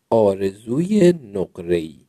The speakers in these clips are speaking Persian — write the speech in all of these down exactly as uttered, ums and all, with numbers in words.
آرزوی نقره‌ای.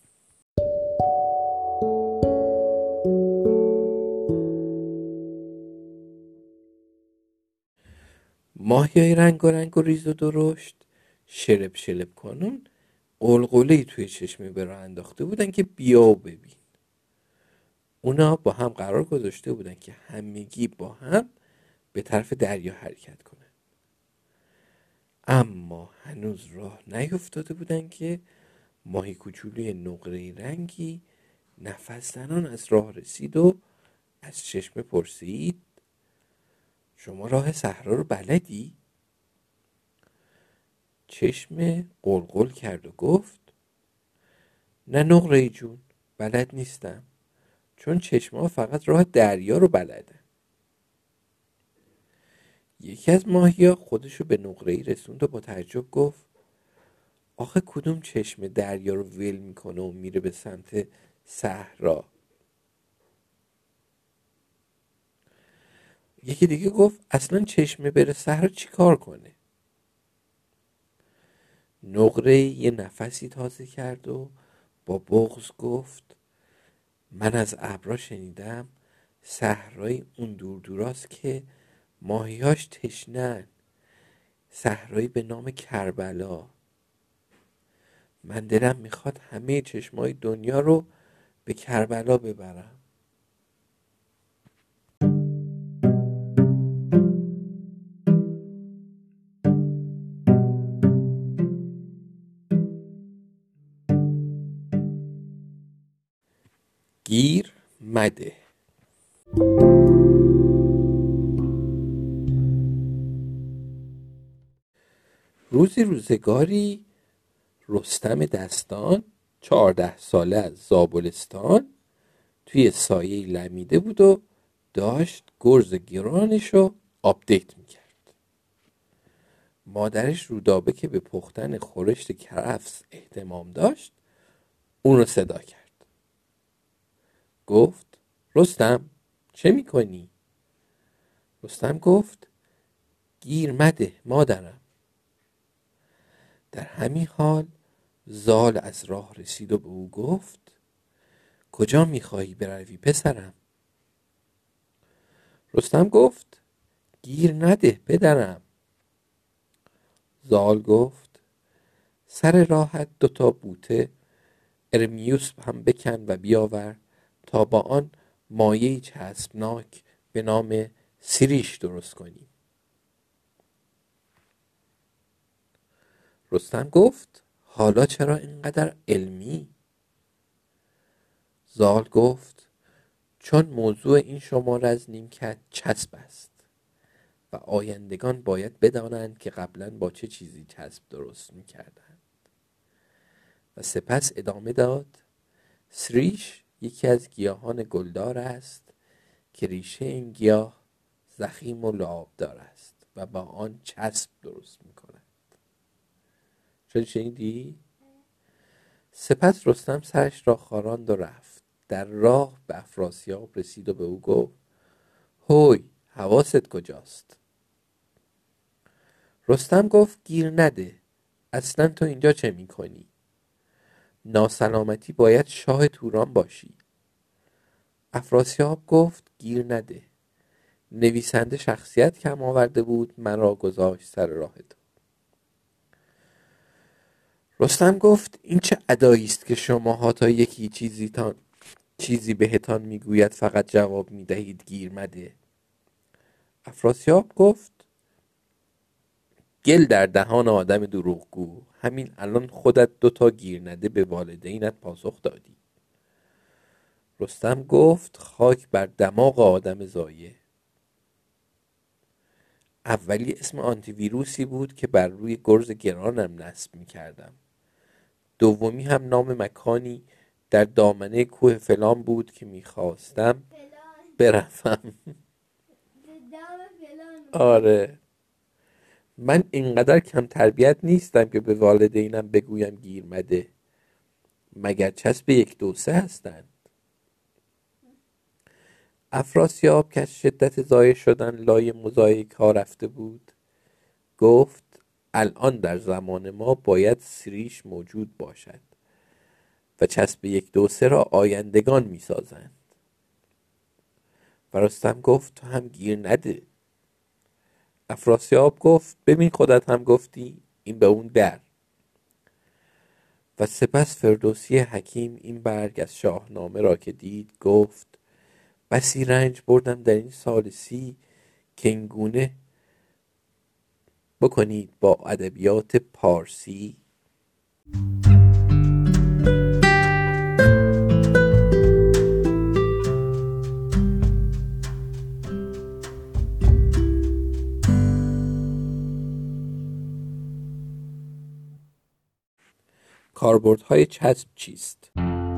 ماهیای رنگ و رنگ و ریز و درشت شلپ شلپ کنون قلقله‌ای توی چشمه به راه انداخته بودن که بیا و ببین. اونا با هم قرار گذاشته بودن که همگی با هم به طرف دریا حرکت کنن. اما هنوز راه نیفتاده بودن که ماهی کوچولوی نقره‌ای رنگی نفس زنان از راه رسید و از چشمه پرسید: شما راه صحرا رو بلدی؟ چشمه قلقل کرد و گفت: نه نقره‌ای جون، بلد نیستم، چون چشمه ها فقط راه دریا رو بلدن. یکی از ماهیا خودشو به نقره‌ای رسوند و با تعجب گفت: آخه کدوم چشمه دریا رو ول میکنه و میره به سمت صحرا؟ یکی دیگه گفت: اصلا چشمه بره صحرا چی کار کنه؟ نقره‌ای یه نفسی تازه کرد و با بغض گفت: من از ابرا شنیدم صحرای اون دور دوراست که ماهیاش تشنن، صحرایی به نام کربلا. من دلم میخواد همه چشمای دنیا رو به کربلا ببرم. گیر مده. روزی روزگاری رستم دستان چهارده ساله از زابلستان توی سایه لمیده بود و داشت گرز گرانش رو آپدیت میکرد. مادرش رودابه که به پختن خورشت کرفس اهتمام داشت اون رو صدا کرد. گفت: رستم چه میکنی؟ رستم گفت: گیر مده مادرم. در همین حال زال از راه رسید و به او گفت: کجا میخواهی بروی پسرم؟ رستم گفت: گیر نده پدرم. زال گفت: سر راحت دوتا بوته ارمیوس هم بکن و بیاور تا با آن مایه‌ای چسبناک به نام سیریش درست کنیم. رستم گفت: حالا چرا اینقدر علمی؟ زال گفت: چون موضوع این شماره از نیمکت چسب است و آیندگان باید بدانند که قبلا با چه چیزی چسب درست میکردند. و سپس ادامه داد: سریش یکی از گیاهان گلدار است که ریشه این گیاه ضخیم و لعابدار است و با آن چسب درست میکند. چون شنیدی؟ سپس رستم سرش را خاراند و رفت. در راه به افراسیاب رسید و به او گفت: هوی، حواست کجاست؟ رستم گفت: گیر نده، اصلا تو اینجا چه میکنی؟ ناسلامتی باید شاه توران باشی. افراسیاب گفت: گیر نده، نویسنده شخصیت کم آورده بود، من را گذاشت سر راه تو. رستم گفت: این چه ادایی است که شماها تا یکی چیزی تان چیزی بهتان میگوید فقط جواب میدهید گیر مده؟ افراسیاب گفت: گل در دهان آدم دروغگو، همین الان خودت دوتا گیر نده به والدینت پاسخ دادی. رستم گفت: خاک بر دماغ آدم زایه. اولی اسم آنتی ویروسی بود که بر روی گرز گرانم نصب میکردم. دومی هم نام مکانی در دامنه کوه فلان بود که میخواستم بروم. آره، من اینقدر کم تربیت نیستم که به والدینم بگویم گیر مده. مگر چسب یک دو سه هستند؟ افراسیاب که از شدت ضایع شدن لای موزاییک ها رفته بود گفت: الان در زمان ما باید سیریش موجود باشد و چسب یک دو سه را آیندگان می سازند. و رستم گفت تو هم گیر نده. افراسیاب گفت ببین خودت هم گفتی این به اون در. و سپس فردوسی حکیم این برگ از شاهنامه را که دید گفت بسی رنج بردم در این سال سی که این گونه بکنید با ادبیات پارسی. کاربردهای چسب چیست؟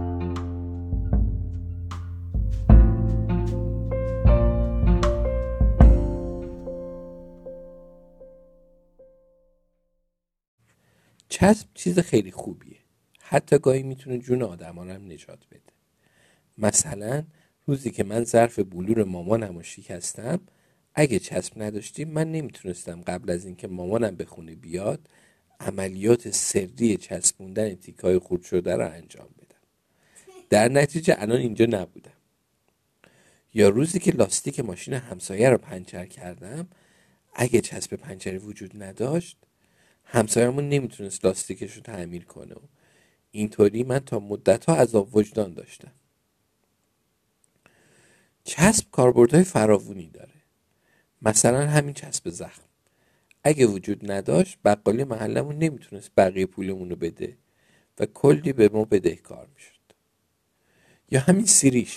چسب چیز خیلی خوبیه. حتی گاهی میتونه جون آدما رو هم نجات بده. مثلا روزی که من ظرف بلور مامانم رو شکستم، اگه چسب نداشتیم من نمیتونستم قبل از اینکه مامانم به خونه بیاد عملیات سری چسبوندن تیکای خورد شده رو انجام بدم. در نتیجه الان اینجا نبودم. یا روزی که لاستیک ماشین همسایه رو پنچر کردم، اگه چسب پنچری وجود نداشت همسایه‌مون نمیتونست لاستیکش رو تعمیر کنه و اینطوری من تا مدت‌ها عذاب وجدان داشتم. چسب کاربردهای فراوانی داره. مثلا همین چسب زخم اگه وجود نداشت بقالی محلمون نمیتونست بقیه پولمون رو بده و کلی به ما بدهکار میشد. یا همین سیریش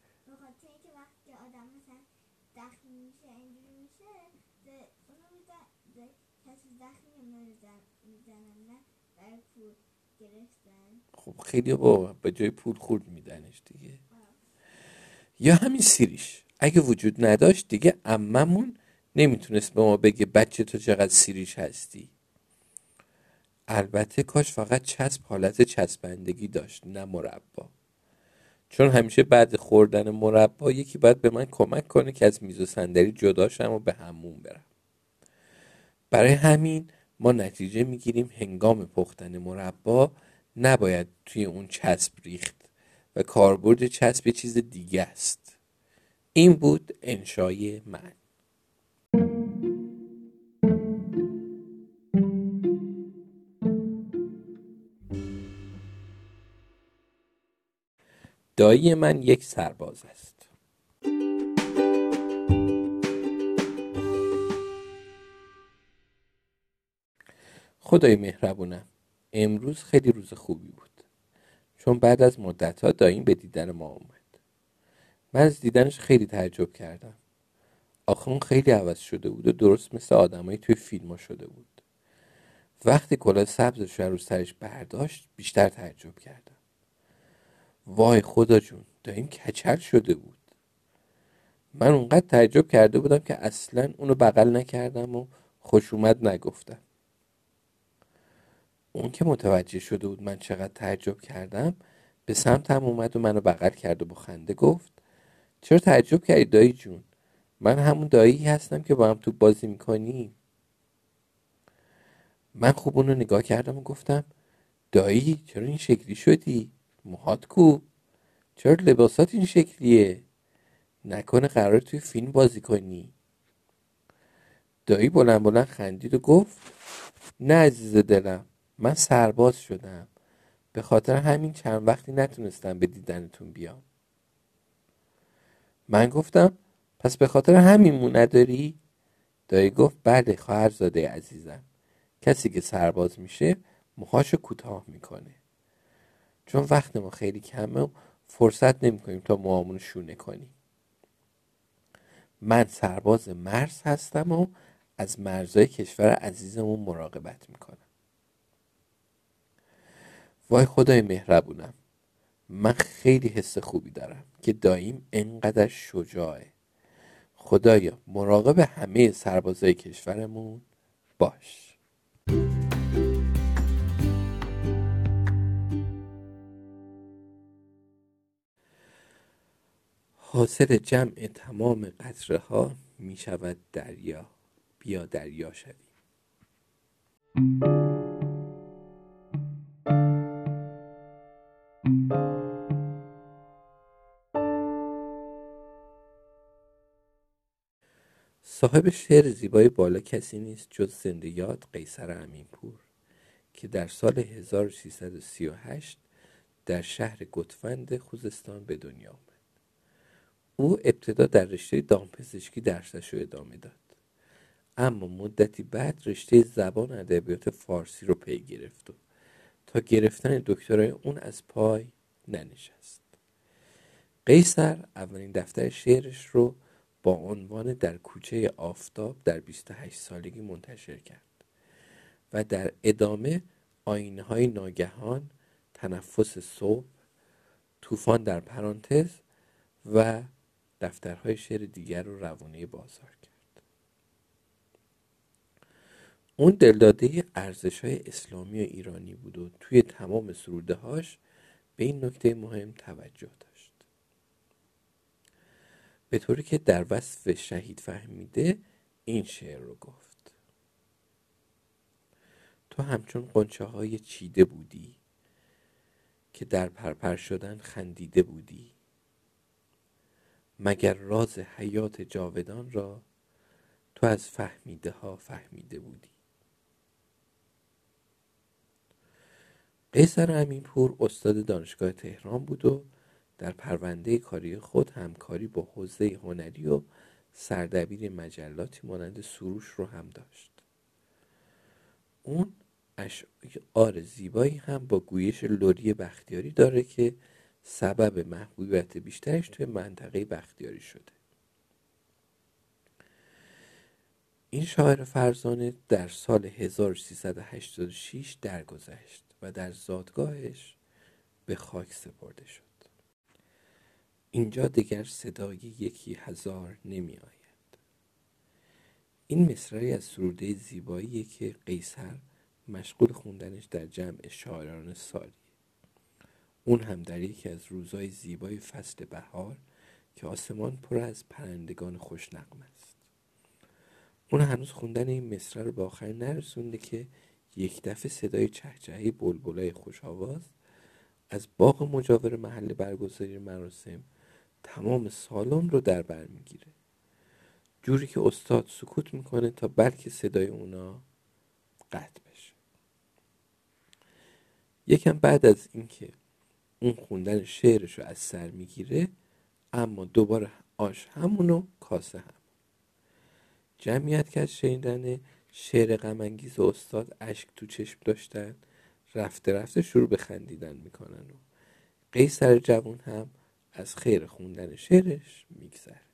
خب خیلی با به جای پول خورد میدنش دیگه. یا همین سیریش اگه وجود نداشت دیگه عممون نمیتونست به ما بگه بچه تو چقدر سیریش هستی. البته کاش فقط چسب حالت چسبندگی داشت نه مربا، چون همیشه بعد خوردن مربا یکی باید به من کمک کنه که از میز و صندلی جدا شم و به حموم برم. برای همین ما نتیجه میگیریم هنگام پختن مربا نباید توی اون چسب ریخت و کاربرد چسب چیز دیگه است. این بود انشای من. دایی من یک سرباز است. خدای مهربونم، امروز خیلی روز خوبی بود، چون بعد از مدت‌ها داییم به دیدن ما اومد. من از دیدنش خیلی تعجب کردم. آخه اون خیلی عوض شده بود و درست مثل آدمایی توی فیلم‌ها شده بود. وقتی کلاه سبزش رو روی سرش برداشت بیشتر تعجب کردم. وای خدا جون، داییم کچل شده بود. من اونقدر تعجب کرده بودم که اصلاً اونو بغل نکردم و خوش اومد نگفتم. اون که متوجه شده بود من چقدر تعجب کردم به سمتم اومد و منو بغل کرد و با خنده گفت چرا تعجب کردی دایی جون؟ من همون دایی هستم که با هم تو بازی میکنیم. من خوب اونو نگاه کردم و گفتم دایی چرا این شکلی شدی؟ موهات کو؟ چرا لباسات این شکلیه؟ نکنه قرار توی فیلم بازی کنی؟ دایی بلند بلند خندید و گفت نه عزیز دلم، من سرباز شدم، به خاطر همین چند وقتی نتونستم به دیدنتون بیام. من گفتم پس به خاطر همین مو نداری؟ دایی گفت بله خواهرزاده عزیزم، کسی که سرباز میشه موهاشو کوتاه میکنه، چون وقت ما خیلی کمه و فرصت نمیکنیم تا موهامونو شونه کنیم. من سرباز مرز هستم و از مرزهای کشور عزیزمون مراقبت میکنم. وای خدای مهربونم، من خیلی حس خوبی دارم که داییم انقدر شجاعه. خدایا مراقب همه سربازای کشورمون باش. حاصل جمع تمام قطره ها می شود دریا، بیا دریا شویم. صاحب شعر زیبای بالا کسی نیست جز زنده یاد قیصر امینپور که در سال هزار و سیصد و سی و هشت در شهر گوتفند خوزستان به دنیا آمد. او ابتدا در رشته دامپزشکی درسش رو ادامه داد، اما مدتی بعد رشته زبان و ادبیات فارسی رو پی گرفت و تا گرفتن دکترای اون از پای ننشست. قیصر اولین دفتر شعرش رو با عنوان در کوچه آفتاب در بیست و هشت سالگی منتشر کرد و در ادامه آینه های ناگهان، تنفس صبح، طوفان در پرانتز و دفترهای شعر دیگر رو روانه بازار کرد. اون دلداده ارزش‌های اسلامی و ایرانی بود و توی تمام سروده‌هاش به این نکته مهم توجه داشت، به طوری که در وصف شهید فهمیده این شعر رو گفت: تو همچون غنچه های چیده بودی که در پرپر شدن خندیده بودی، مگر راز حیات جاودان را تو از فهمیده ها فهمیده بودی. قیصر امینپور استاد دانشگاه تهران بود و در پرونده کاری خود همکاری با حوزه هنری و سردبیر مجلاتی مانند سروش رو هم داشت. اون اشعار زیبایی هم با گویش لری بختیاری داره که سبب محبوبیت بیشترش توی منطقه بختیاری شده. این شاعر فرزانه در سال هزار و سیصد و هشتاد و شش درگذشت و در زادگاهش به خاک سپرده شد. اینجا دیگر صدای یکی هزار نمی آید. این مصرعی از سروده زیباییه که قیصر مشغول خوندنش در جمع شاعران سالیه، اون هم در یکی از روزهای زیبای فصل بهار که آسمان پر از پرندگان خوشنغم است. اون هنوز خوندن این مصرع رو به آخر نرسونده که یک دفعه صدای چهچهی بلبلای خوش آواز از باغ مجاور محل برگزاری مراسم تمام سالن رو در بر میگیره، جوری که استاد سکوت میکنه تا بلکه صدای اونا قطع بشه. یکم بعد از اینکه اون خوندن شعرش رو از سر میگیره، اما دوباره آش همونو کاسه هم. جمعیت که از شنیدن شعر غم‌انگیز استاد اشک تو چشم داشتن رفته رفته شروع به خندیدن میکنن و قیصر جوان هم از خیر خوندن شعرش میگذره.